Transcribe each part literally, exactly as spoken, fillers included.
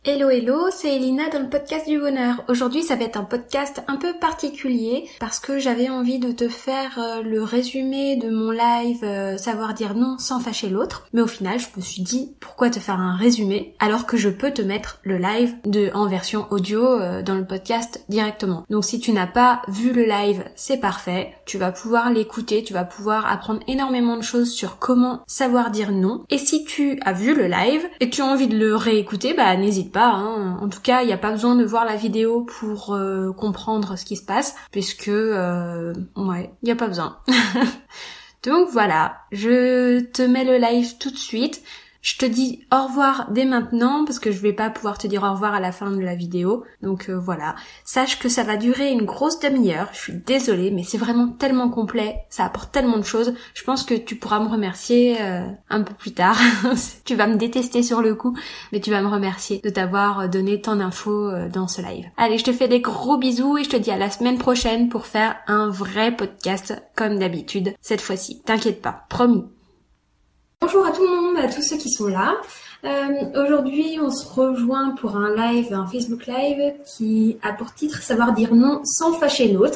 Hello hello, c'est Elina dans le podcast du bonheur. Aujourd'hui ça va être un podcast un peu particulier parce que j'avais envie de te faire euh, le résumé de mon live euh, savoir dire non sans fâcher l'autre. Mais au final je me suis dit pourquoi te faire un résumé alors que je peux te mettre le live de en version audio euh, dans le podcast directement. Donc si tu n'as pas vu le live, c'est parfait. Tu vas pouvoir l'écouter, tu vas pouvoir apprendre énormément de choses sur comment savoir dire non. Et si tu as vu le live et que tu as envie de le réécouter, bah n'hésite pas, hein. En tout cas, il n'y a pas besoin de voir la vidéo pour euh, comprendre ce qui se passe, puisque, euh, ouais, il n'y a pas besoin. Donc voilà, je te mets le live tout de suite. Je te dis au revoir dès maintenant parce que je vais pas pouvoir te dire au revoir à la fin de la vidéo. Donc euh, voilà, sache que ça va durer une grosse demi-heure. Je suis désolée, mais c'est vraiment tellement complet, ça apporte tellement de choses. Je pense que tu pourras me remercier euh, un peu plus tard. Tu vas me détester sur le coup, mais tu vas me remercier de t'avoir donné tant d'infos euh, dans ce live. Allez, je te fais des gros bisous et je te dis à la semaine prochaine pour faire un vrai podcast comme d'habitude cette fois-ci. T'inquiète pas, promis. Bonjour à tout le monde, à tous ceux qui sont là. Euh, aujourd'hui, on se rejoint pour un live, un Facebook Live qui a pour titre « Savoir dire non sans fâcher l'autre ».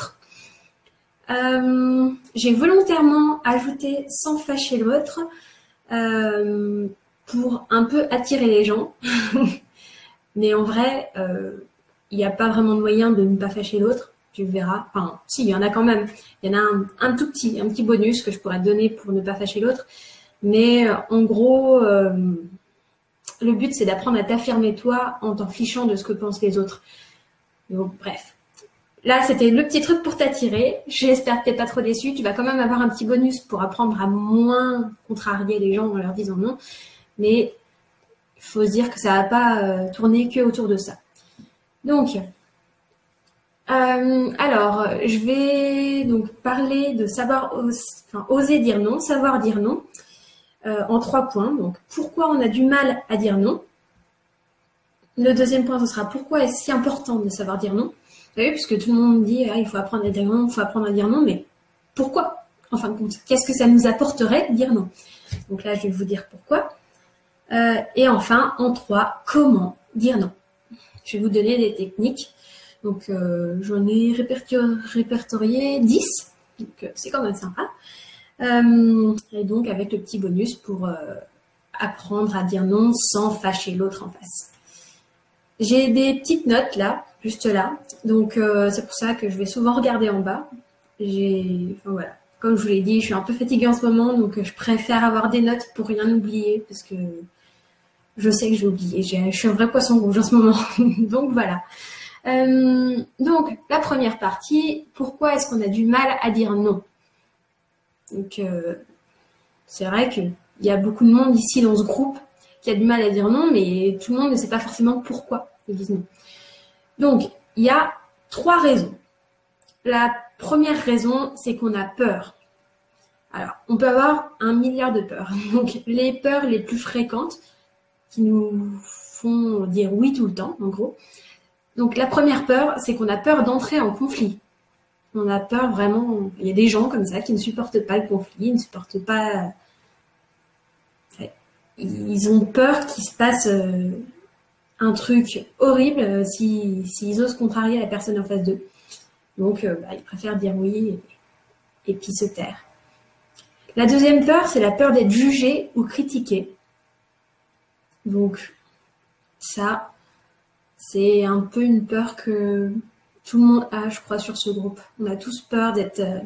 Euh, j'ai volontairement ajouté « sans fâcher l'autre euh, » pour un peu attirer les gens. Mais en vrai, il euh, n'y a pas vraiment de moyen de ne pas fâcher l'autre. Tu verras. Enfin, si, il y en a quand même. Il y en a un, un tout petit, un petit bonus que je pourrais te donner pour ne pas fâcher l'autre. Mais en gros, euh, le but c'est d'apprendre à t'affirmer toi en t'en fichant de ce que pensent les autres. Donc bref. Là c'était le petit truc pour t'attirer. J'espère que t'es pas trop déçu. Tu vas quand même avoir un petit bonus pour apprendre à moins contrarier les gens en leur disant non. Mais il faut se dire que ça va pas euh, tourner que autour de ça. Donc, euh, alors je vais donc parler de savoir os- enfin, oser dire non, savoir dire non. Euh, en trois points. Donc, pourquoi on a du mal à dire non. Le deuxième point, ce sera pourquoi est-ce si important de savoir dire non. Vous savez, puisque tout le monde dit ah, il faut apprendre à dire non, il faut apprendre à dire non, mais pourquoi en fin de compte? Qu'est-ce que ça nous apporterait de dire non? Donc là, je vais vous dire pourquoi. Euh, et enfin, en trois, comment dire non. Je vais vous donner des techniques. Donc, euh, j'en ai répertori- répertorié dix. Donc, euh, c'est quand même sympa. Euh, et donc avec le petit bonus pour euh, apprendre à dire non sans fâcher l'autre en face. J'ai des petites notes là, juste là, donc euh, c'est pour ça que je vais souvent regarder en bas. J'ai, enfin voilà, comme je vous l'ai dit, je suis un peu fatiguée en ce moment, donc je préfère avoir des notes pour rien oublier parce que je sais que j'ai oublié. J'ai, je suis un vrai poisson rouge en ce moment, donc voilà. Euh, donc la première partie, pourquoi est-ce qu'on a du mal à dire non? Donc, euh, c'est vrai qu'il y a beaucoup de monde ici dans ce groupe qui a du mal à dire non, mais tout le monde ne sait pas forcément pourquoi ils disent non. Donc, il y a trois raisons. La première raison, c'est qu'on a peur. Alors, on peut avoir un milliard de peurs. Donc, les peurs les plus fréquentes qui nous font dire oui tout le temps, en gros. Donc, la première peur, c'est qu'on a peur d'entrer en conflit. On a peur vraiment, il y a des gens comme ça qui ne supportent pas le conflit, ne supportent pas, ils ont peur qu'il se passe un truc horrible si, s'ils osent contrarier la personne en face d'eux. Donc, bah, ils préfèrent dire oui et, et puis se taire. La deuxième peur, c'est la peur d'être jugé ou critiqué. Donc, ça, c'est un peu une peur que tout le monde a, je crois, sur ce groupe. On a tous peur d'être euh,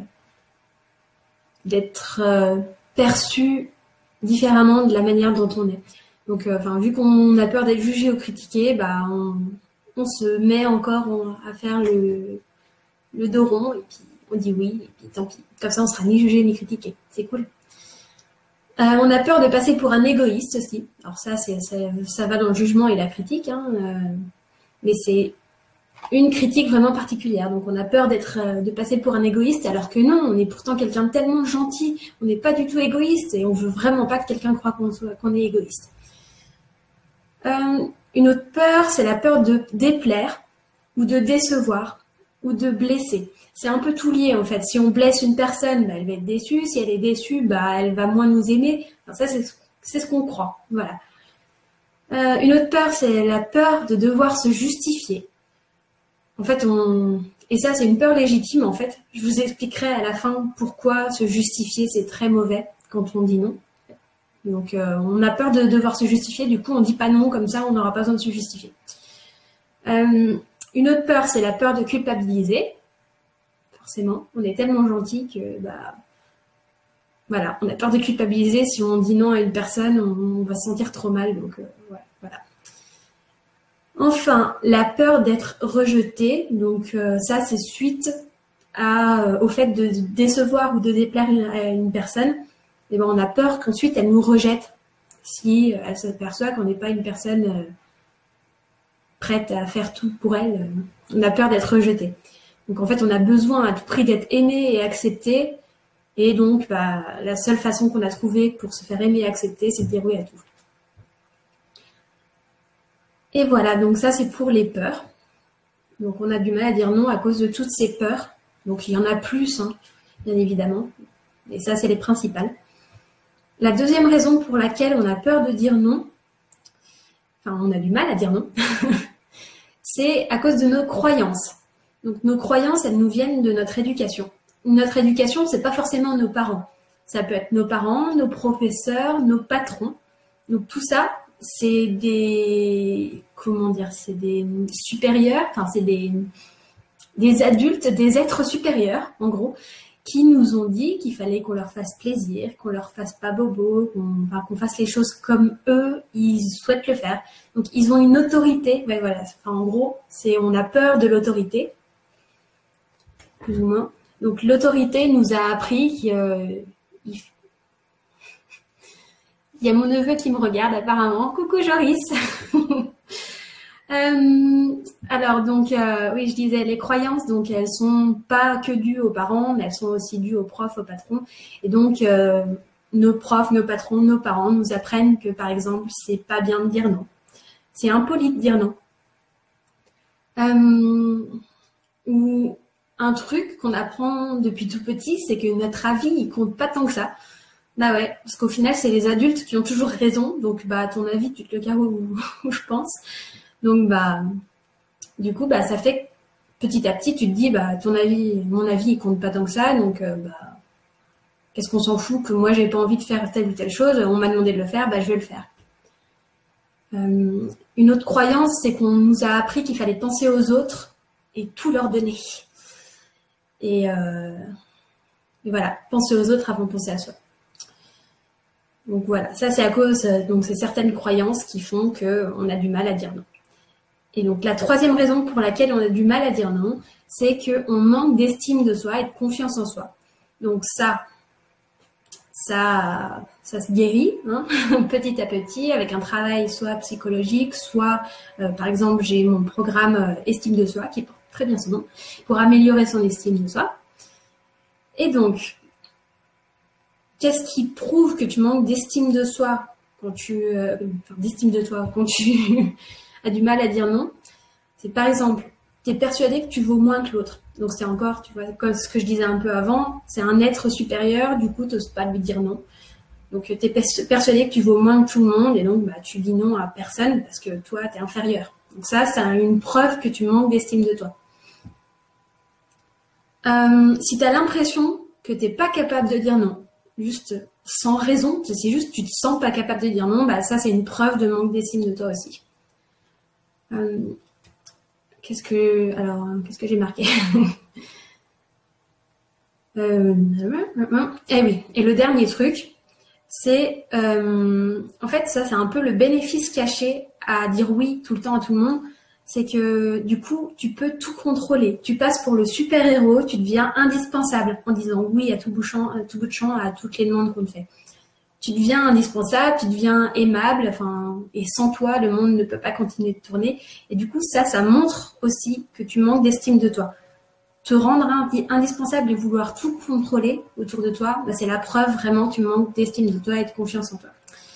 d'être euh, perçu différemment de la manière dont on est. Donc, euh, enfin, vu qu'on a peur d'être jugé ou critiqué, bah, on, on se met encore à faire le, le dos rond et puis on dit oui et puis tant pis. Comme ça, on sera ni jugé ni critiqué. C'est cool. Euh, on a peur de passer pour un égoïste aussi. Alors ça, c'est, ça, ça va dans le jugement et la critique, hein, euh, mais c'est une critique vraiment particulière. Donc on a peur d'être, euh, de passer pour un égoïste, alors que non, on est pourtant quelqu'un de tellement gentil, on n'est pas du tout égoïste et on veut vraiment pas que quelqu'un croie qu'on soit, qu'on est égoïste. Euh, une autre peur, c'est la peur de déplaire ou de décevoir ou de blesser. C'est un peu tout lié en fait. Si on blesse une personne, bah, elle va être déçue. Si elle est déçue, bah, elle va moins nous aimer. Enfin, ça, c'est, c'est ce qu'on croit. Voilà. Euh, une autre peur, c'est la peur de devoir se justifier. En fait, on... Et ça, c'est une peur légitime, en fait. Je vous expliquerai à la fin pourquoi se justifier, c'est très mauvais quand on dit non. Donc, euh, on a peur de devoir se justifier. Du coup, on dit pas non, comme ça, on n'aura pas besoin de se justifier. Euh, une autre peur, c'est la peur de culpabiliser. Forcément, on est tellement gentil que, bah, voilà, on a peur de culpabiliser. Si on dit non à une personne, on, on va se sentir trop mal. Donc, euh, ouais, voilà. Enfin, la peur d'être rejeté. Donc, euh, ça, c'est suite à, euh, au fait de décevoir ou de déplaire à une personne. Et ben, on a peur qu'ensuite elle nous rejette si elle s'aperçoit qu'on n'est pas une personne euh, prête à faire tout pour elle. On a peur d'être rejeté. Donc, en fait, on a besoin à tout prix d'être aimé et accepté. Et donc, bah, la seule façon qu'on a trouvée pour se faire aimer et accepter, c'est de dire oui à tout. Et voilà, donc ça, c'est pour les peurs. Donc, on a du mal à dire non à cause de toutes ces peurs. Donc, il y en a plus, hein, bien évidemment. Et ça, c'est les principales. La deuxième raison pour laquelle on a peur de dire non, enfin, on a du mal à dire non, c'est à cause de nos croyances. Donc, nos croyances, elles nous viennent de notre éducation. Notre éducation, c'est pas forcément nos parents. Ça peut être nos parents, nos professeurs, nos patrons. Donc, tout ça, c'est des, comment dire, c'est des supérieurs, enfin, c'est des, des adultes, des êtres supérieurs, en gros, qui nous ont dit qu'il fallait qu'on leur fasse plaisir, qu'on leur fasse pas bobo, qu'on, enfin, qu'on fasse les choses comme eux, ils souhaitent le faire. Donc, ils ont une autorité. Ouais, voilà. Enfin, en gros, c'est, on a peur de l'autorité, plus ou moins. Donc, l'autorité nous a appris qu'il euh, il... il y a mon neveu qui me regarde apparemment. Coucou Joris. euh, alors donc euh, oui, je disais les croyances, donc elles sont pas que dues aux parents, mais elles sont aussi dues aux profs, aux patrons. Et donc euh, nos profs, nos patrons, nos parents nous apprennent que par exemple c'est pas bien de dire non, c'est impoli de dire non. Euh, ou un truc qu'on apprend depuis tout petit, c'est que notre avis il compte pas tant que ça. Bah ouais, parce qu'au final, c'est les adultes qui ont toujours raison. Donc, bah, à ton avis, tu te le carreaux où, où je pense. Donc, bah, du coup, bah, ça fait que petit à petit, tu te dis, bah, ton avis, mon avis, il compte pas tant que ça. Donc, euh, bah, qu'est-ce qu'on s'en fout que moi, j'ai pas envie de faire telle ou telle chose. On m'a demandé de le faire, bah, je vais le faire. Euh, une autre croyance, c'est qu'on nous a appris qu'il fallait penser aux autres et tout leur donner. Et, euh, et voilà, penser aux autres avant de penser à soi. Donc voilà, ça c'est à cause, donc c'est certaines croyances qui font qu'on a du mal à dire non. Et donc la troisième raison pour laquelle on a du mal à dire non, c'est qu'on manque d'estime de soi et de confiance en soi. Donc ça, ça, ça se guérit hein, petit à petit avec un travail soit psychologique, soit euh, par exemple j'ai mon programme euh, estime de soi qui porte très bien son nom pour améliorer son estime de soi. Et donc qu'est-ce qui prouve que tu manques d'estime de soi quand tu euh, enfin, d'estime de toi quand tu as du mal à dire non? C'est par exemple, tu es persuadé que tu vaux moins que l'autre. Donc c'est encore, tu vois, comme ce que je disais un peu avant, c'est un être supérieur, du coup, tu n'oses pas lui dire non. Donc tu es persuadé que tu vaux moins que tout le monde et donc bah, tu dis non à personne parce que toi, tu es inférieur. Donc ça, c'est une preuve que tu manques d'estime de toi. Euh, si tu as l'impression que tu n'es pas capable de dire non, juste sans raison, c'est juste tu te sens pas capable de dire non, bah ça c'est une preuve de manque d'estime de toi aussi. Euh, qu'est-ce que alors qu'est-ce que j'ai marqué euh, Eh oui, et le dernier truc, c'est euh, en fait ça c'est un peu le bénéfice caché à dire oui tout le temps à tout le monde. C'est que du coup, tu peux tout contrôler. Tu passes pour le super-héros, tu deviens indispensable en disant oui à tout bout de champ, à tout bout de champ, à toutes les demandes qu'on te fait. Tu deviens indispensable, tu deviens aimable, enfin, et sans toi, le monde ne peut pas continuer de tourner. Et du coup, ça, ça montre aussi que tu manques d'estime de toi. Te rendre indispensable et vouloir tout contrôler autour de toi, bah, c'est la preuve vraiment que tu manques d'estime de toi et de confiance en toi.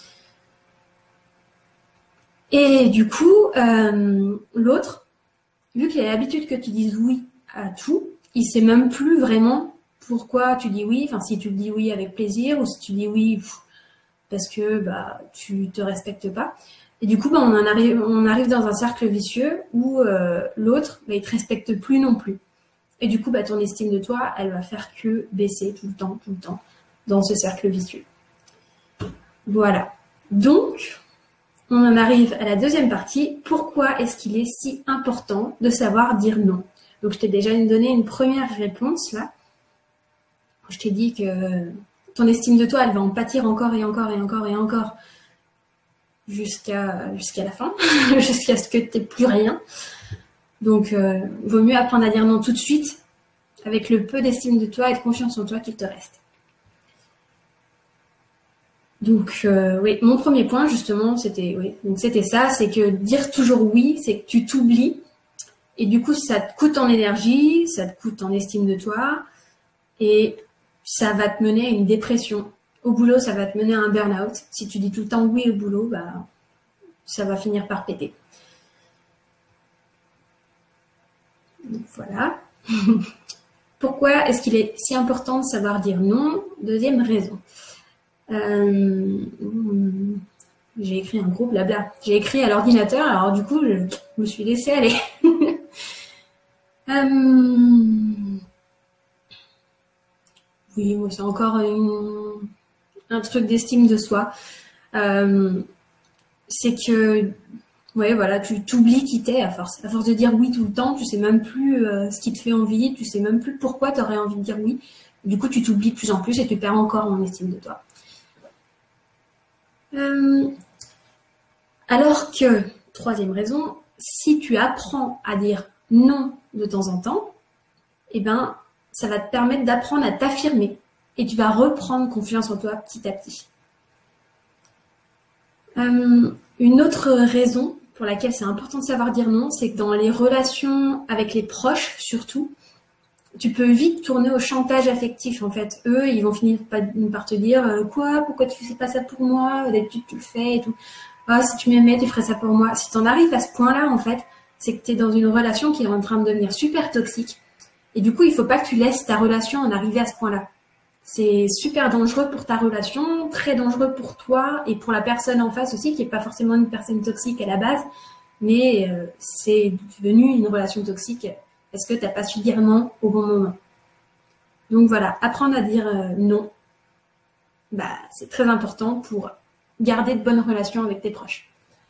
Et du coup, euh, l'autre, vu qu'il a l'habitude que tu dises oui à tout, il sait même plus vraiment pourquoi tu dis oui. Enfin, si tu dis oui avec plaisir ou si tu dis oui pff, parce que bah tu te respectes pas. Et du coup, bah, on, en arrive, on arrive dans un cercle vicieux où euh, l'autre, bah, il te respecte plus non plus. Et du coup, bah, ton estime de toi, elle va faire que baisser tout le temps, tout le temps, dans ce cercle vicieux. Voilà. Donc, on en arrive à la deuxième partie. Pourquoi est-ce qu'il est si important de savoir dire non? Donc, je t'ai déjà donné une première réponse, là. Je t'ai dit que ton estime de toi, elle va en pâtir encore et encore et encore et encore jusqu'à jusqu'à la fin, jusqu'à ce que tu n'aies plus rien. Donc, euh, vaut mieux apprendre à dire non tout de suite, avec le peu d'estime de toi et de confiance en toi qu'il te reste. Donc, euh, oui, mon premier point, justement, c'était oui, donc c'était ça, c'est que dire toujours oui, c'est que tu t'oublies, et du coup, ça te coûte en énergie, ça te coûte en estime de toi, et ça va te mener à une dépression. Au boulot, ça va te mener à un burn-out. Si tu dis tout le temps oui au boulot, bah, ça va finir par péter. Donc, voilà. Pourquoi est-ce qu'il est si important de savoir dire non? Deuxième raison. Euh, j'ai écrit un gros blabla. J'ai écrit à l'ordinateur, alors du coup, je, je me suis laissée aller. euh, oui, c'est encore une, un truc d'estime de soi. Euh, c'est que, ouais, voilà, tu t'oublies qui t'es à force. À force de dire oui tout le temps, tu sais même plus euh, ce qui te fait envie, tu sais même plus pourquoi tu aurais envie de dire oui. Du coup, tu t'oublies de plus en plus et tu perds encore en estime de toi. Euh, alors que, troisième raison, si tu apprends à dire non de temps en temps, eh ben, ça va te permettre d'apprendre à t'affirmer et tu vas reprendre confiance en toi petit à petit. Euh, une autre raison pour laquelle c'est important de savoir dire non, c'est que dans les relations avec les proches, surtout, tu peux vite tourner au chantage affectif, en fait. Eux, ils vont finir par te dire euh, « Quoi? Pourquoi tu fais pas ça pour moi? D'habitude, tu le fais et tout. Ah, si tu m'aimais, tu ferais ça pour moi. » Si tu en arrives à ce point-là, en fait, c'est que tu es dans une relation qui est en train de devenir super toxique. Et du coup, il faut pas que tu laisses ta relation en arriver à ce point-là. C'est super dangereux pour ta relation, très dangereux pour toi et pour la personne en face aussi, qui n'est pas forcément une personne toxique à la base, mais euh, c'est devenu une relation toxique parce que tu n'as pas su dire non au bon moment. Donc voilà, apprendre à dire euh, non, bah, c'est très important pour garder de bonnes relations avec tes proches.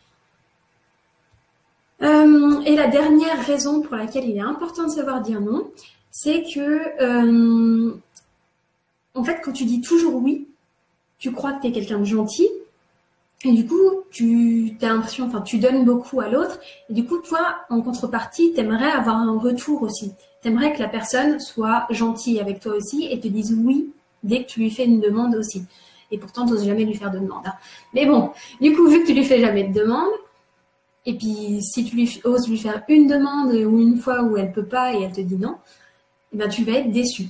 Euh, et la dernière raison pour laquelle il est important de savoir dire non, c'est que euh, en fait, quand tu dis toujours oui, tu crois que tu es quelqu'un de gentil, et du coup, tu as l'impression, enfin, tu donnes beaucoup à l'autre, et du coup, toi, en contrepartie, tu aimerais avoir un retour aussi. Tu aimerais que la personne soit gentille avec toi aussi et te dise oui dès que tu lui fais une demande aussi. Et pourtant, tu n'oses jamais lui faire de demande. Hein. Mais bon, du coup, vu que tu lui fais jamais de demande, et puis si tu lui oses lui faire une demande ou une fois où elle peut pas et elle te dit non, eh ben, tu vas être déçu.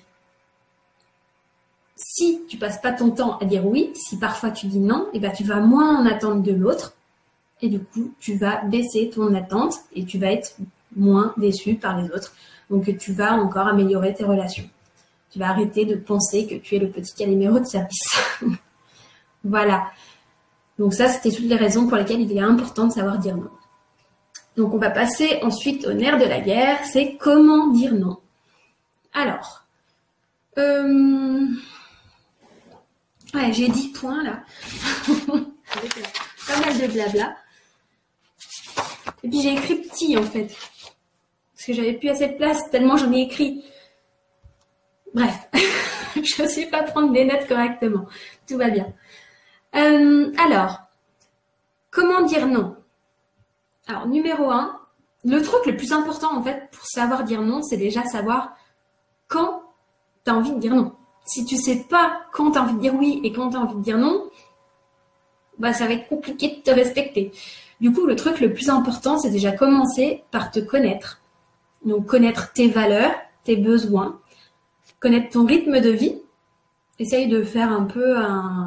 Si tu passes pas ton temps à dire oui, si parfois tu dis non, eh ben tu vas moins en attendre de l'autre et du coup tu vas baisser ton attente et tu vas être moins déçu par les autres. Donc tu vas encore améliorer tes relations. Tu vas arrêter de penser que tu es le petit Calimero de service. Voilà. Donc ça, c'était toutes les raisons pour lesquelles il est important de savoir dire non. Donc on va passer ensuite au nerf de la guerre, c'est comment dire non. Alors, euh... ouais, j'ai dix points là, avec pas mal de blabla. Et puis j'ai écrit petit en fait, parce que j'avais plus assez de place tellement j'en ai écrit. Bref, je ne sais pas prendre des notes correctement, tout va bien. Euh, alors, comment dire non? Alors, numéro un, le truc le plus important en fait pour savoir dire non, c'est déjà savoir quand tu as envie de dire non. Si tu sais pas quand tu as envie de dire oui et quand tu as envie de dire non, bah ça va être compliqué de te respecter. Du coup, le truc le plus important, c'est déjà commencer par te connaître. Donc, connaître tes valeurs, tes besoins, connaître ton rythme de vie. Essaye de faire un peu un...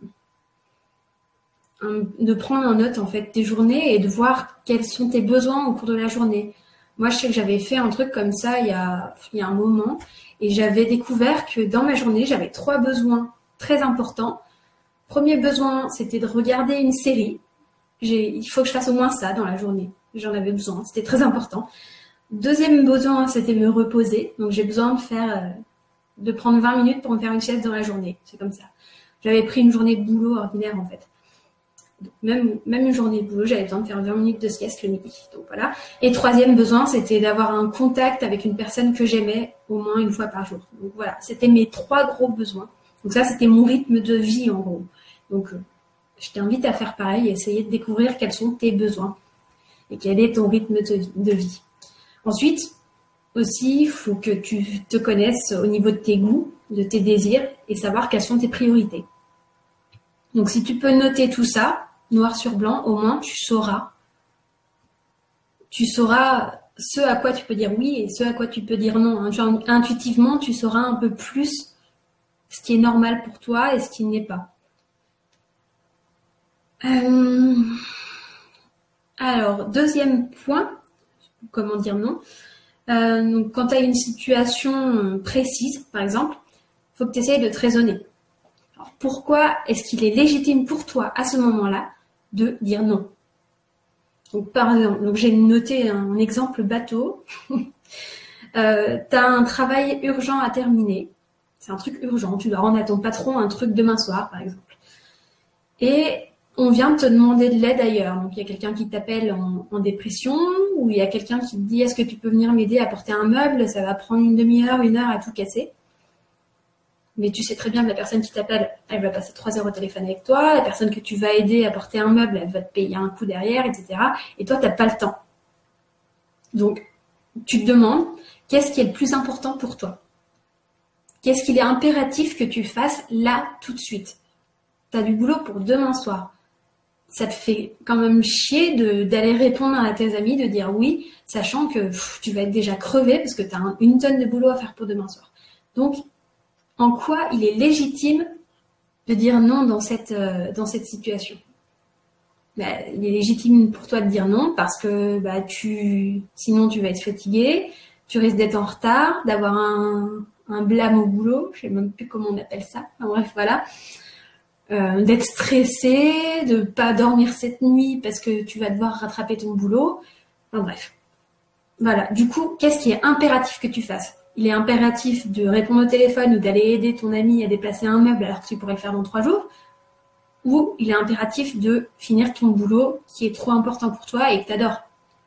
de prendre en note en fait tes journées et de voir quels sont tes besoins au cours de la journée. Moi, je sais que j'avais fait un truc comme ça il y a, il y a un moment et j'avais découvert que dans ma journée, j'avais trois besoins très importants. Premier besoin, c'était de regarder une série. j'ai, il faut que je fasse au moins ça dans la journée. J'en avais besoin, c'était très important. Deuxième besoin, c'était me reposer. Donc j'ai besoin de faire, euh, de prendre vingt minutes pour me faire une sieste dans la journée. C'est comme ça. J'avais pris une journée de boulot ordinaire en fait. Donc, même, même une journée de boulot, j'avais besoin de faire vingt minutes de sieste le midi. Donc voilà. Et troisième besoin, c'était d'avoir un contact avec une personne que j'aimais au moins une fois par jour. Donc voilà, c'était mes trois gros besoins. Donc ça, c'était mon rythme de vie en gros. Donc euh, je t'invite à faire pareil et essayer de découvrir quels sont tes besoins et quel est ton rythme de vie. Ensuite, aussi, il faut que tu te connaisses au niveau de tes goûts, de tes désirs et savoir quelles sont tes priorités. Donc si tu peux noter tout ça, noir sur blanc, au moins tu sauras. Tu sauras ce à quoi tu peux dire oui et ce à quoi tu peux dire non. Intuitivement, tu sauras un peu plus ce qui est normal pour toi et ce qui n'est pas. Euh... Alors, deuxième point, comment dire non. Euh, donc, quand tu as une situation précise, par exemple, il faut que tu essayes de te raisonner. Alors, pourquoi est-ce qu'il est légitime pour toi, à ce moment-là, de dire non? Donc, par exemple, donc j'ai noté un exemple bateau. euh, tu as un travail urgent à terminer. C'est un truc urgent. Tu dois rendre à ton patron un truc demain soir, par exemple. Et on vient de te demander de l'aide ailleurs. Donc, il y a quelqu'un qui t'appelle en, en dépression ou il y a quelqu'un qui te dit « Est-ce que tu peux venir m'aider à porter un meuble? Ça va prendre une demi-heure, une heure à tout casser. » Mais tu sais très bien que la personne qui t'appelle, elle va passer trois heures au téléphone avec toi. La personne que tu vas aider à porter un meuble, elle va te payer un coup derrière, et cetera. Et toi, tu n'as pas le temps. Donc, tu te demandes qu'est-ce qui est le plus important pour toi? Qu'est-ce qu'il est impératif que tu fasses là, tout de suite? Tu as du boulot pour demain soir. Ça te fait quand même chier de, d'aller répondre à tes amis, de dire oui, sachant que pff, tu vas être déjà crevé parce que tu as un, une tonne de boulot à faire pour demain soir. Donc, en quoi il est légitime de dire non dans cette, euh, dans cette situation? Bah, il est légitime pour toi de dire non parce que bah, tu, sinon tu vas être fatigué, tu risques d'être en retard, d'avoir un, un blâme au boulot, je sais même plus comment on appelle ça, enfin, bref, voilà. Euh, d'être stressé, de pas dormir cette nuit parce que tu vas devoir rattraper ton boulot. Enfin bref. Voilà. Du coup, qu'est-ce qui est impératif que tu fasses? Il est impératif de répondre au téléphone ou d'aller aider ton ami à déplacer un meuble alors que tu pourrais le faire dans trois jours? Ou il est impératif de finir ton boulot qui est trop important pour toi et que tu adores?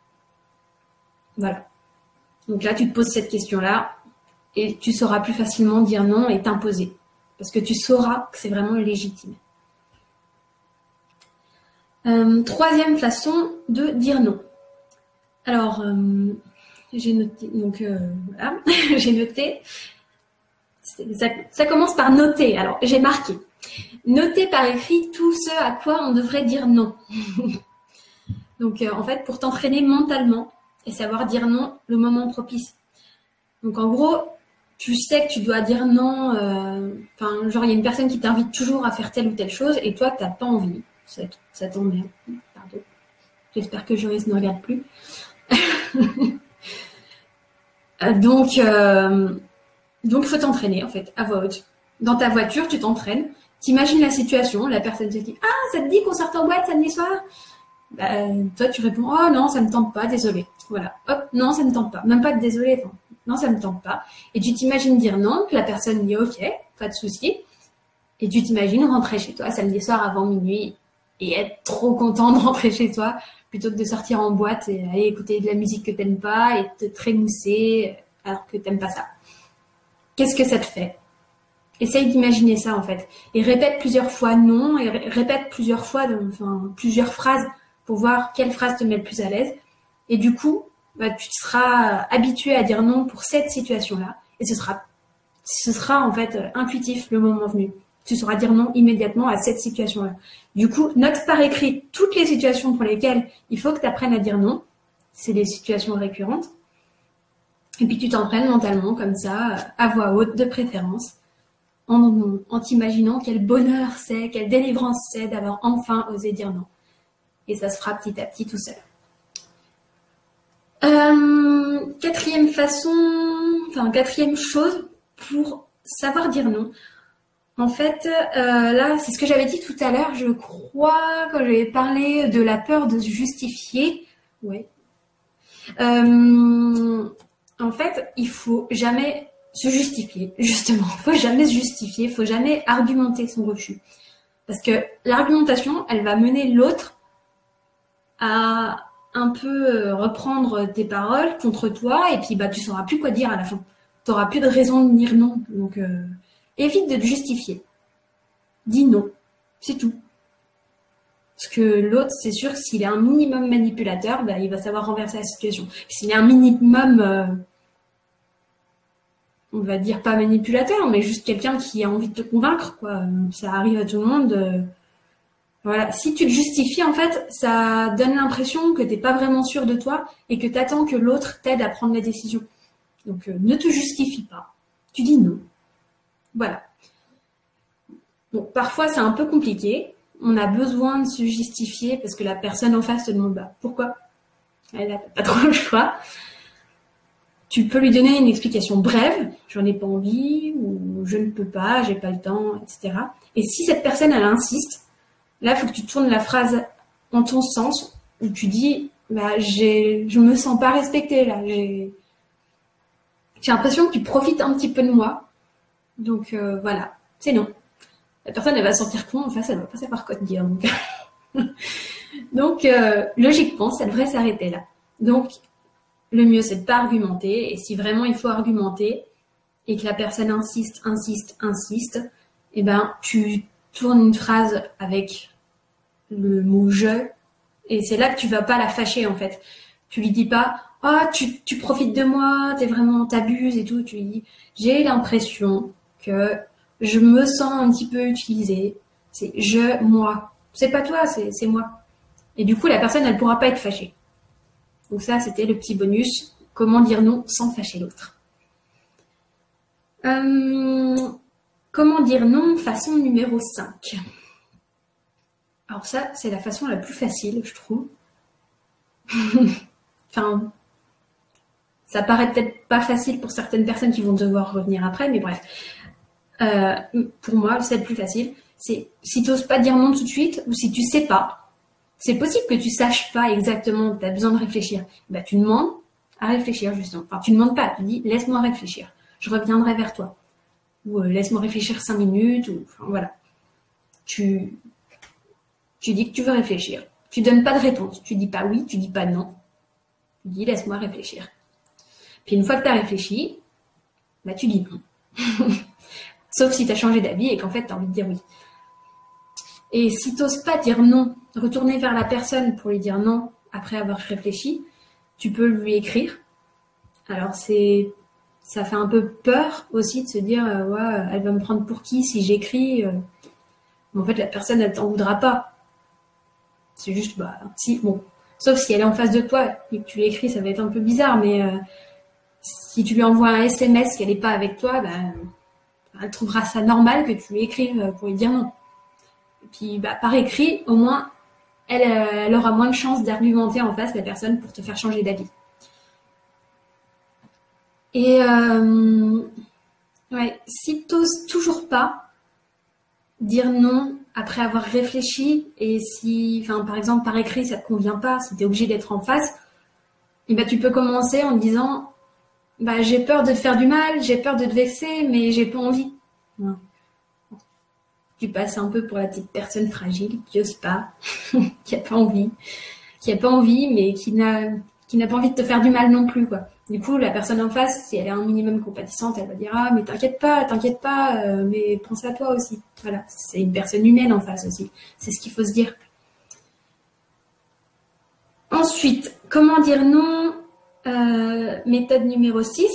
Voilà. Donc là, tu te poses cette question-là et tu sauras plus facilement dire non et t'imposer. Parce que tu sauras que c'est vraiment légitime. Euh, troisième façon de dire non. Alors, euh, j'ai noté, donc euh, voilà, j'ai noté, ça, ça commence par noter. Alors, j'ai marqué. Noter par écrit tout ce à quoi on devrait dire non. Donc, euh, en fait, pour t'entraîner mentalement et savoir dire non le moment propice. Donc, en gros, tu sais que tu dois dire non, euh, enfin, genre, il y a une personne qui t'invite toujours à faire telle ou telle chose et toi, tu n'as pas envie. Ça, ça tombe bien. Pardon. J'espère que Joris ne regarde plus. donc, euh, donc, il faut t'entraîner, en fait, à voix haute. Dans ta voiture, tu t'entraînes. T'imagines la situation, la personne te dit « Ah, ça te dit qu'on sorte en boîte samedi soir ?» Bah, toi, tu réponds « Oh non, ça ne me tente pas, désolé. » Voilà. Hop, non, ça ne me tente pas. Même pas de désolé, enfin, non, ça ne me tente pas. Et tu t'imagines dire non, que la personne dit ok, pas de souci. Et tu t'imagines rentrer chez toi samedi soir avant minuit et être trop content de rentrer chez toi plutôt que de sortir en boîte et aller écouter de la musique que t'aimes pas et te trémousser alors que t'aimes pas ça. Qu'est-ce que ça te fait? Essaye d'imaginer ça en fait. Et répète plusieurs fois non et répète plusieurs fois, enfin plusieurs phrases pour voir quelle phrase te met le plus à l'aise. Et du coup, bah, tu seras habitué à dire non pour cette situation-là. Et ce sera, ce sera en fait intuitif le moment venu. Tu sauras dire non immédiatement à cette situation-là. Du coup, note par écrit toutes les situations pour lesquelles il faut que tu apprennes à dire non. C'est des situations récurrentes. Et puis tu t'entraînes mentalement comme ça, à voix haute de préférence, en, en t'imaginant quel bonheur c'est, quelle délivrance c'est d'avoir enfin osé dire non. Et ça se fera petit à petit tout seul. Euh, quatrième façon, enfin quatrième chose pour savoir dire non. En fait, euh, là, c'est ce que j'avais dit tout à l'heure, je crois, quand j'avais parlé de la peur de se justifier. Ouais. Euh, en fait, il faut jamais se justifier, justement. Il faut jamais se justifier, il faut jamais argumenter son refus. Parce que l'argumentation, elle va mener l'autre à un peu reprendre tes paroles contre toi, et puis bah tu sauras plus quoi dire à la fin. Tu n'auras plus de raison de dire non. Donc, euh, évite de te justifier. Dis non. C'est tout. Parce que l'autre, c'est sûr que s'il est un minimum manipulateur, bah, il va savoir renverser la situation. S'il est un minimum, euh, on va dire pas manipulateur, mais juste quelqu'un qui a envie de te convaincre, quoi. Ça arrive à tout le monde. Euh, voilà. Si tu te justifies, en fait, ça donne l'impression que t'es pas vraiment sûr de toi et que t'attends que l'autre t'aide à prendre la décision. Donc, euh, ne te justifie pas. Tu dis non. Voilà. Bon, parfois, c'est un peu compliqué. On a besoin de se justifier parce que la personne en face te demande bah, pourquoi. Elle n'a pas trop le choix. Tu peux lui donner une explication brève, j'en ai pas envie, ou je ne peux pas, j'ai pas le temps, et cetera. Et si cette personne, elle insiste, là, il faut que tu tournes la phrase en ton sens, où tu dis, bah, j'ai, je me sens pas respectée, là, j'ai, j'ai l'impression que tu profites un petit peu de moi. Donc, euh, voilà, c'est non. La personne, elle va se sentir con en face, elle va pas savoir quoi te dire. Donc, donc euh, logiquement, ça devrait s'arrêter là. Donc, le mieux, c'est de pas argumenter. Et si vraiment il faut argumenter et que la personne insiste, insiste, insiste, eh ben, tu tournes une phrase avec le mot « je ». Et c'est là que tu vas pas la fâcher, en fait. Tu lui dis pas « Ah, oh, tu, tu profites de moi, t'es vraiment, t'abuses et tout ». Tu lui dis « J'ai l'impression que je me sens un petit peu utilisée. C'est je, moi. C'est pas toi, c'est, c'est moi. » Et du coup, la personne, elle pourra pas être fâchée. Donc ça, c'était le petit bonus. Comment dire non sans fâcher l'autre. Euh, comment dire non façon numéro cinq. Alors ça, c'est la façon la plus facile, je trouve. Enfin, ça paraît peut-être pas facile pour certaines personnes qui vont devoir revenir après, mais bref. Euh, pour moi, c'est le plus facile. C'est si tu n'oses pas dire non tout de suite, ou si tu sais pas, c'est possible que tu saches pas exactement, tu as besoin de réfléchir. Bah, tu demandes à réfléchir, justement. Enfin, tu demandes pas, tu dis, laisse-moi réfléchir. Je reviendrai vers toi. Ou euh, laisse-moi réfléchir cinq minutes, ou, enfin, voilà. Tu, tu dis que tu veux réfléchir. Tu donnes pas de réponse. Tu dis pas oui, tu dis pas non. Tu dis, laisse-moi réfléchir. Puis une fois que tu as réfléchi, bah, tu dis non. Sauf si tu as changé d'avis et qu'en fait, tu as envie de dire oui. Et si tu n'oses pas dire non, retourner vers la personne pour lui dire non après avoir réfléchi, tu peux lui écrire. Alors, c'est, ça fait un peu peur aussi de se dire euh, ouais, elle va me prendre pour qui si j'écris. Euh... Mais en fait, la personne, elle t'en voudra pas. C'est juste, bah, si, bon. Sauf si elle est en face de toi et que tu lui écris, ça va être un peu bizarre, mais euh, si tu lui envoies un S M S qu'elle n'est pas avec toi, bah, elle trouvera ça normal que tu lui écrives pour lui dire non. Et puis, bah, par écrit, au moins, elle, elle aura moins de chances d'argumenter en face la personne pour te faire changer d'avis. Et euh, ouais, si tu n'oses toujours pas dire non après avoir réfléchi, et si, enfin, par exemple, par écrit, ça ne te convient pas, si tu es obligé d'être en face, et bah, tu peux commencer en te disant bah, j'ai peur de te faire du mal, j'ai peur de te vexer, mais j'ai pas envie. Ouais. Tu passes un peu pour la petite personne fragile qui n'ose pas, qui n'a pas envie, qui n'a pas envie, mais qui n'a, qui n'a pas envie de te faire du mal non plus, quoi. Du coup, la personne en face, si elle est un minimum compatissante, elle va dire ah mais t'inquiète pas, t'inquiète pas, euh, mais pense à toi aussi. Voilà, c'est une personne humaine en face aussi. C'est ce qu'il faut se dire. Ensuite, comment dire non? Euh, méthode numéro six.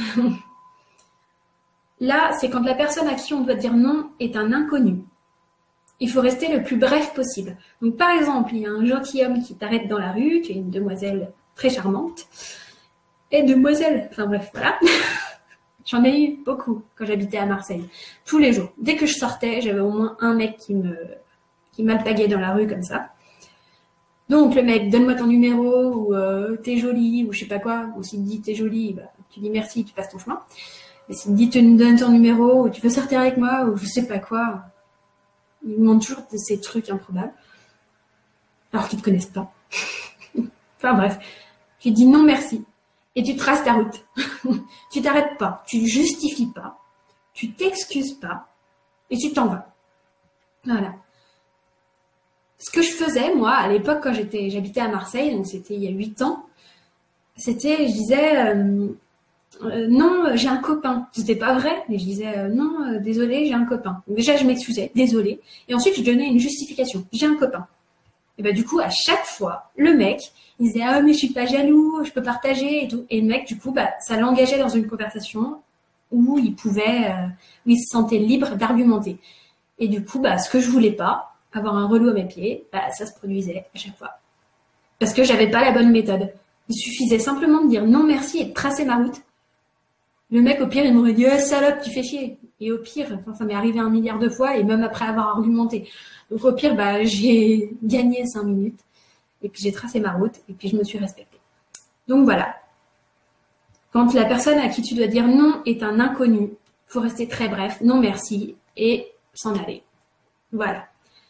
Là, c'est quand la personne à qui on doit dire non est un inconnu. Il faut rester le plus bref possible. Donc, par exemple, il y a un gentilhomme qui t'arrête dans la rue, tu es une demoiselle très charmante. Et demoiselle, enfin bref, voilà. J'en ai eu beaucoup quand j'habitais à Marseille. Tous les jours. Dès que je sortais, j'avais au moins un mec qui me, qui m'alpaguait dans la rue comme ça. Donc, le mec, donne-moi ton numéro, ou euh, t'es jolie, ou je sais pas quoi. Ou s'il te dit t'es jolie, bah, tu dis merci, tu passes ton chemin. Et s'il me dit, tu me donnes ton numéro, ou tu veux sortir avec moi, ou je sais pas quoi, ils me demandent toujours de ces trucs improbables, alors qu'ils ne te connaissent pas. Enfin bref, je lui dis non merci. Et tu traces ta route. Tu t'arrêtes pas, tu justifies pas, tu t'excuses pas, et tu t'en vas. Voilà. Ce que je faisais, moi, à l'époque, quand j'étais, j'habitais à Marseille, donc c'était il y a huit ans, c'était, je disais, euh, euh, non, j'ai un copain. C'était pas vrai, mais je disais, euh, non, euh, désolé, j'ai un copain. Donc déjà, je m'excusais, désolé. Et ensuite, je donnais une justification. J'ai un copain. Et bah, du coup, à chaque fois, le mec, il disait, ah, mais je suis pas jaloux, je peux partager et tout. Et le mec, du coup, bah, ça l'engageait dans une conversation où il pouvait, euh, où il se sentait libre d'argumenter. Et du coup, bah, ce que je voulais pas, avoir un relou à mes pieds, bah, ça se produisait à chaque fois. Parce que j'avais pas la bonne méthode. Il suffisait simplement de dire non merci et de tracer ma route. Le mec, au pire, il m'aurait dit, oh, salope, tu fais chier. Et au pire, enfin, ça m'est arrivé un milliard de fois, et même après avoir argumenté. Donc au pire, bah, j'ai gagné cinq minutes, et puis j'ai tracé ma route, et puis je me suis respectée. Donc voilà. Quand la personne à qui tu dois dire non est un inconnu, faut rester très bref, non merci, et s'en aller. Voilà.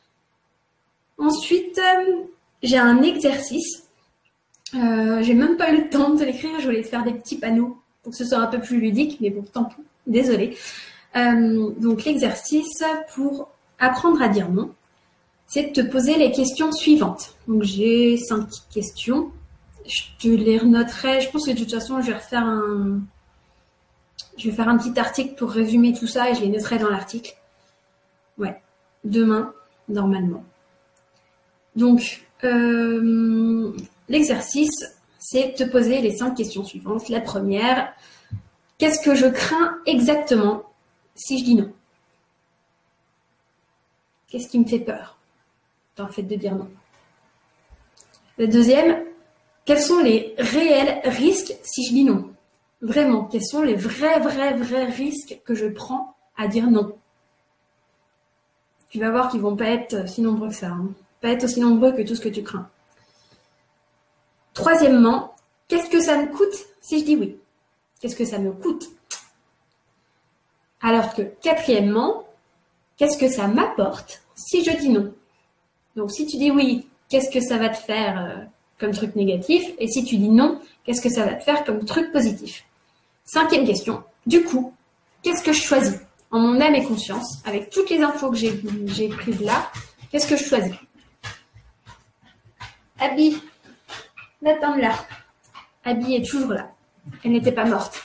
Ensuite, euh, j'ai un exercice. Euh, j'ai même pas eu le temps de l'écrire, je voulais te faire des petits panneaux pour que ce soit un peu plus ludique, mais bon, tant pis, désolée. Euh, donc l'exercice pour apprendre à dire non, c'est de te poser les questions suivantes. Donc j'ai cinq questions, je te les renoterai, je pense que de toute façon je vais refaire un, je vais faire un petit article pour résumer tout ça et je les noterai dans l'article. Ouais, demain, normalement. Donc, euh, l'exercice, c'est de te poser les cinq questions suivantes. La première, qu'est-ce que je crains exactement si je dis non? Qu'est-ce qui me fait peur dans le fait de dire non? La deuxième, quels sont les réels risques si je dis non? Vraiment, quels sont les vrais, vrais, vrais risques que je prends à dire non? Tu vas voir qu'ils vont pas être si nombreux que ça. Hein. Pas être aussi nombreux que tout ce que tu crains. Troisièmement, qu'est-ce que ça me coûte si je dis oui? Qu'est-ce que ça me coûte? Alors que quatrièmement, qu'est-ce que ça m'apporte si je dis non? Donc si tu dis oui, qu'est-ce que ça va te faire euh, comme truc négatif? Et si tu dis non, qu'est-ce que ça va te faire comme truc positif? Cinquième question, du coup, qu'est-ce que je choisis? En mon âme et conscience, avec toutes les infos que j'ai, j'ai prises là, qu'est-ce que je choisis? Abby, va-t'en là. Abby est toujours là. Elle n'était pas morte.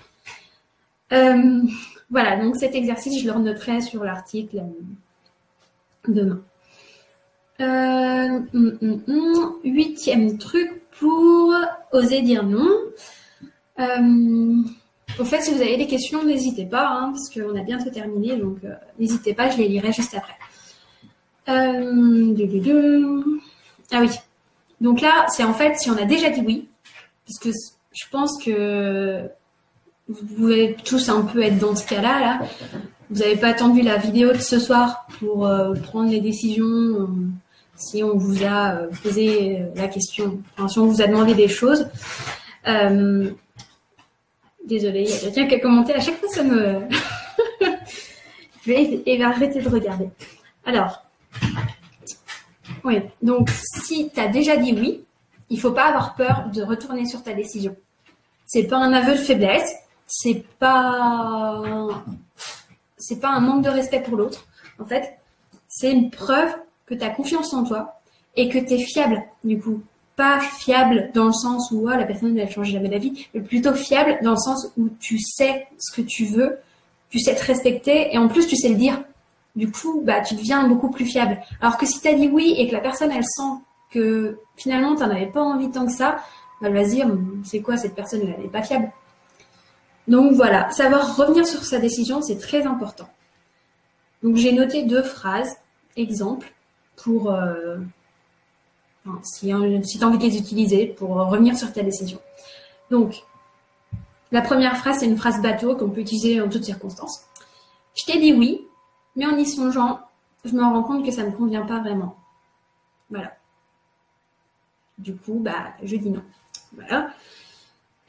Euh, voilà, donc cet exercice, je le renoterai sur l'article euh, demain. Euh, hum, hum, hum, huitième truc pour oser dire non. Euh, au fait, si vous avez des questions, n'hésitez pas, hein, parce qu'on a bientôt terminé, donc euh, n'hésitez pas, je les lirai juste après. Euh, du, du, du. Ah oui. Donc là, c'est en fait si on a déjà dit oui, parce que je pense que vous pouvez tous un peu être dans ce cas-là. Là. Vous n'avez pas attendu la vidéo de ce soir pour euh, prendre les décisions euh, si on vous a euh, posé la question, enfin, si on vous a demandé des choses. Euh, désolée, il y a quelqu'un qui a commenté. À chaque fois, ça me... je vais et arrêter de regarder. Alors, oui, donc si tu as déjà dit oui, il ne faut pas avoir peur de retourner sur ta décision. C'est pas un aveu de faiblesse, c'est pas c'est pas un manque de respect pour l'autre. En fait, c'est une preuve que tu as confiance en toi et que tu es fiable, du coup. Pas fiable dans le sens où oh, la personne ne change jamais d'avis, mais plutôt fiable dans le sens où tu sais ce que tu veux, tu sais te respecter et en plus tu sais le dire. Du coup, bah, tu deviens beaucoup plus fiable. Alors que si tu as dit oui et que la personne, elle sent que finalement, tu n'en avais pas envie tant que ça, bah, elle va se dire, c'est quoi cette personne, elle n'est pas fiable. Donc voilà, savoir revenir sur sa décision, c'est très important. Donc j'ai noté deux phrases, exemples, pour, euh, enfin, si, si tu as envie de les utiliser, pour revenir sur ta décision. Donc, la première phrase, c'est une phrase bateau qu'on peut utiliser en toutes circonstances. Je t'ai dit oui, mais en y songeant, je me rends compte que ça ne me convient pas vraiment. Voilà. Du coup, bah, je dis non. Voilà.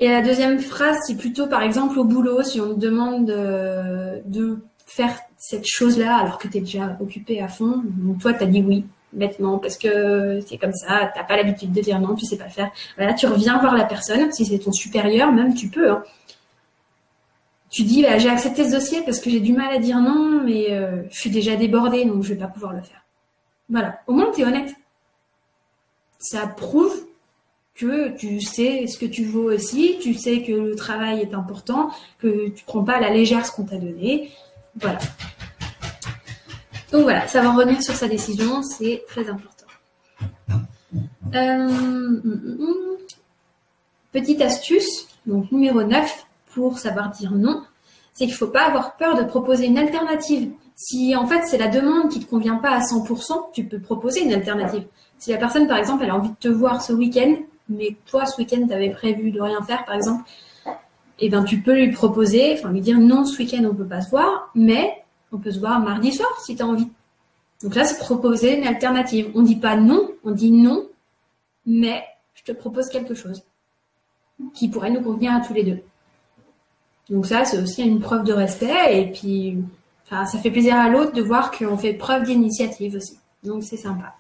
Et la deuxième phrase, c'est plutôt par exemple au boulot, si on te demande de, de faire cette chose-là alors que tu es déjà occupé à fond, donc toi tu as dit oui, bêtement, parce que c'est comme ça, t'as pas l'habitude de dire non, tu sais pas le faire. Voilà, tu reviens voir la personne, si c'est ton supérieur, même tu peux. Hein. Tu dis, bah, j'ai accepté ce dossier parce que j'ai du mal à dire non, mais euh, je suis déjà débordée, donc je vais pas pouvoir le faire. Voilà, au moins tu es honnête. Ça prouve que tu sais ce que tu vaux aussi, tu sais que le travail est important, que tu prends pas à la légère ce qu'on t'a donné. Voilà. Donc voilà, savoir revenir sur sa décision, c'est très important. Euh, hum, hum, hum. Petite astuce, donc numéro neuf, pour savoir dire non, c'est qu'il ne faut pas avoir peur de proposer une alternative. Si en fait c'est la demande qui ne te convient pas à cent pour cent, tu peux proposer une alternative. Si la personne, par exemple, elle a envie de te voir ce week-end, mais toi, ce week-end, tu avais prévu de rien faire, par exemple, eh ben, tu peux lui proposer, enfin lui dire non, ce week-end, on ne peut pas se voir, mais on peut se voir mardi soir si tu as envie. Donc là, c'est proposer une alternative. On ne dit pas non, on dit non, mais je te propose quelque chose qui pourrait nous convenir à tous les deux. Donc ça, c'est aussi une preuve de respect et puis enfin, ça fait plaisir à l'autre de voir qu'on fait preuve d'initiative aussi. Donc c'est sympa.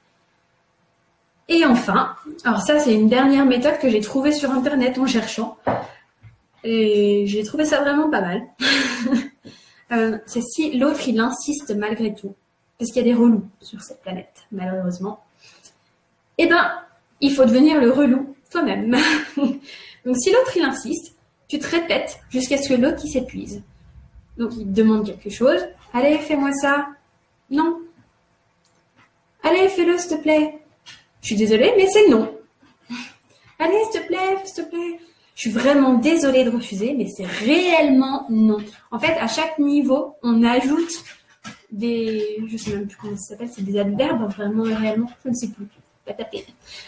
Et enfin, alors ça, c'est une dernière méthode que j'ai trouvée sur Internet en cherchant. Et j'ai trouvé ça vraiment pas mal. euh, c'est si l'autre, il insiste malgré tout. Parce qu'il y a des relous sur cette planète, malheureusement. Eh ben, il faut devenir le relou toi-même. Donc, si l'autre, il insiste, tu te répètes jusqu'à ce que l'autre, il s'épuise. Donc, il te demande quelque chose. Allez, fais-moi ça. Non. Allez, fais-le, s'il te plaît. Je suis désolée, mais c'est non. Allez, s'il te plaît, s'il te plaît. Je suis vraiment désolée de refuser, mais c'est réellement non. En fait, à chaque niveau, on ajoute des... Je sais même plus comment ça s'appelle, c'est des adverbes, vraiment et réellement, je ne sais plus. Pas taper.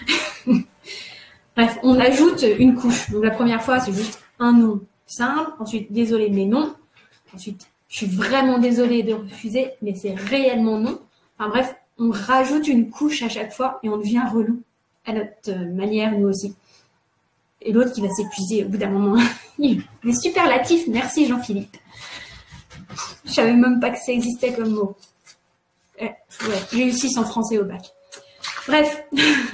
Bref, on ajoute une couche. Donc la première fois, c'est juste un non simple. Ensuite, désolé, mais non. Ensuite, je suis vraiment désolée de refuser, mais c'est réellement non. Enfin bref, on rajoute une couche à chaque fois et on devient relou à notre manière, nous aussi. Et l'autre qui va s'épuiser au bout d'un moment. Les superlatifs, merci Jean-Philippe. Je savais même pas que ça existait comme mot. Euh, ouais, j'ai eu six en français au bac. Bref.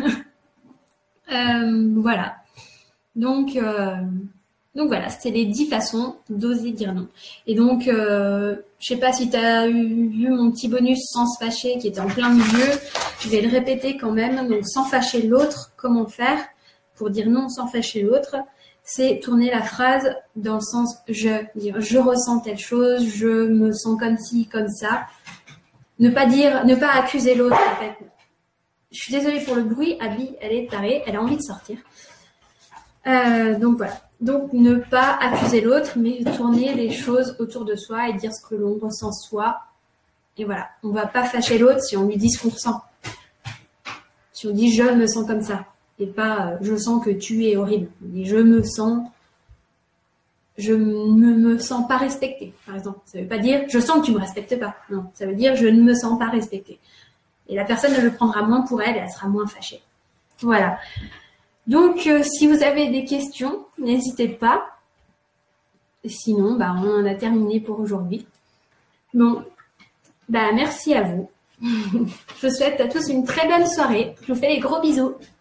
euh, voilà. Donc, euh, donc voilà, c'était les dix façons d'oser dire non. Et donc, euh, je sais pas si tu as vu mon petit bonus sans se fâcher qui était en plein milieu. Je vais le répéter quand même. Donc, sans fâcher l'autre, comment faire pour dire non sans fâcher l'autre? C'est tourner la phrase dans le sens je, dire je ressens telle chose, je me sens comme ci, comme ça. Ne pas dire, ne pas accuser l'autre en fait. Je suis désolée pour le bruit, Abby, elle est tarée, elle a envie de sortir. Euh, donc voilà. Donc ne pas accuser l'autre, mais tourner les choses autour de soi et dire ce que l'on ressent soi. Et voilà, on va pas fâcher l'autre si on lui dit ce qu'on ressent. Si on dit je me sens comme ça. Et pas « je sens que tu es horrible ». Je me sens, je ne me sens pas respectée, par exemple. Ça ne veut pas dire « je sens que tu ne me respectes pas ». Non, ça veut dire « je ne me sens pas respectée ». Et la personne ne le prendra moins pour elle et elle sera moins fâchée. Voilà. Donc, euh, si vous avez des questions, n'hésitez pas. Sinon, bah, on en a terminé pour aujourd'hui. Bon, bah, merci à vous. Je vous souhaite à tous une très bonne soirée. Je vous fais des gros bisous.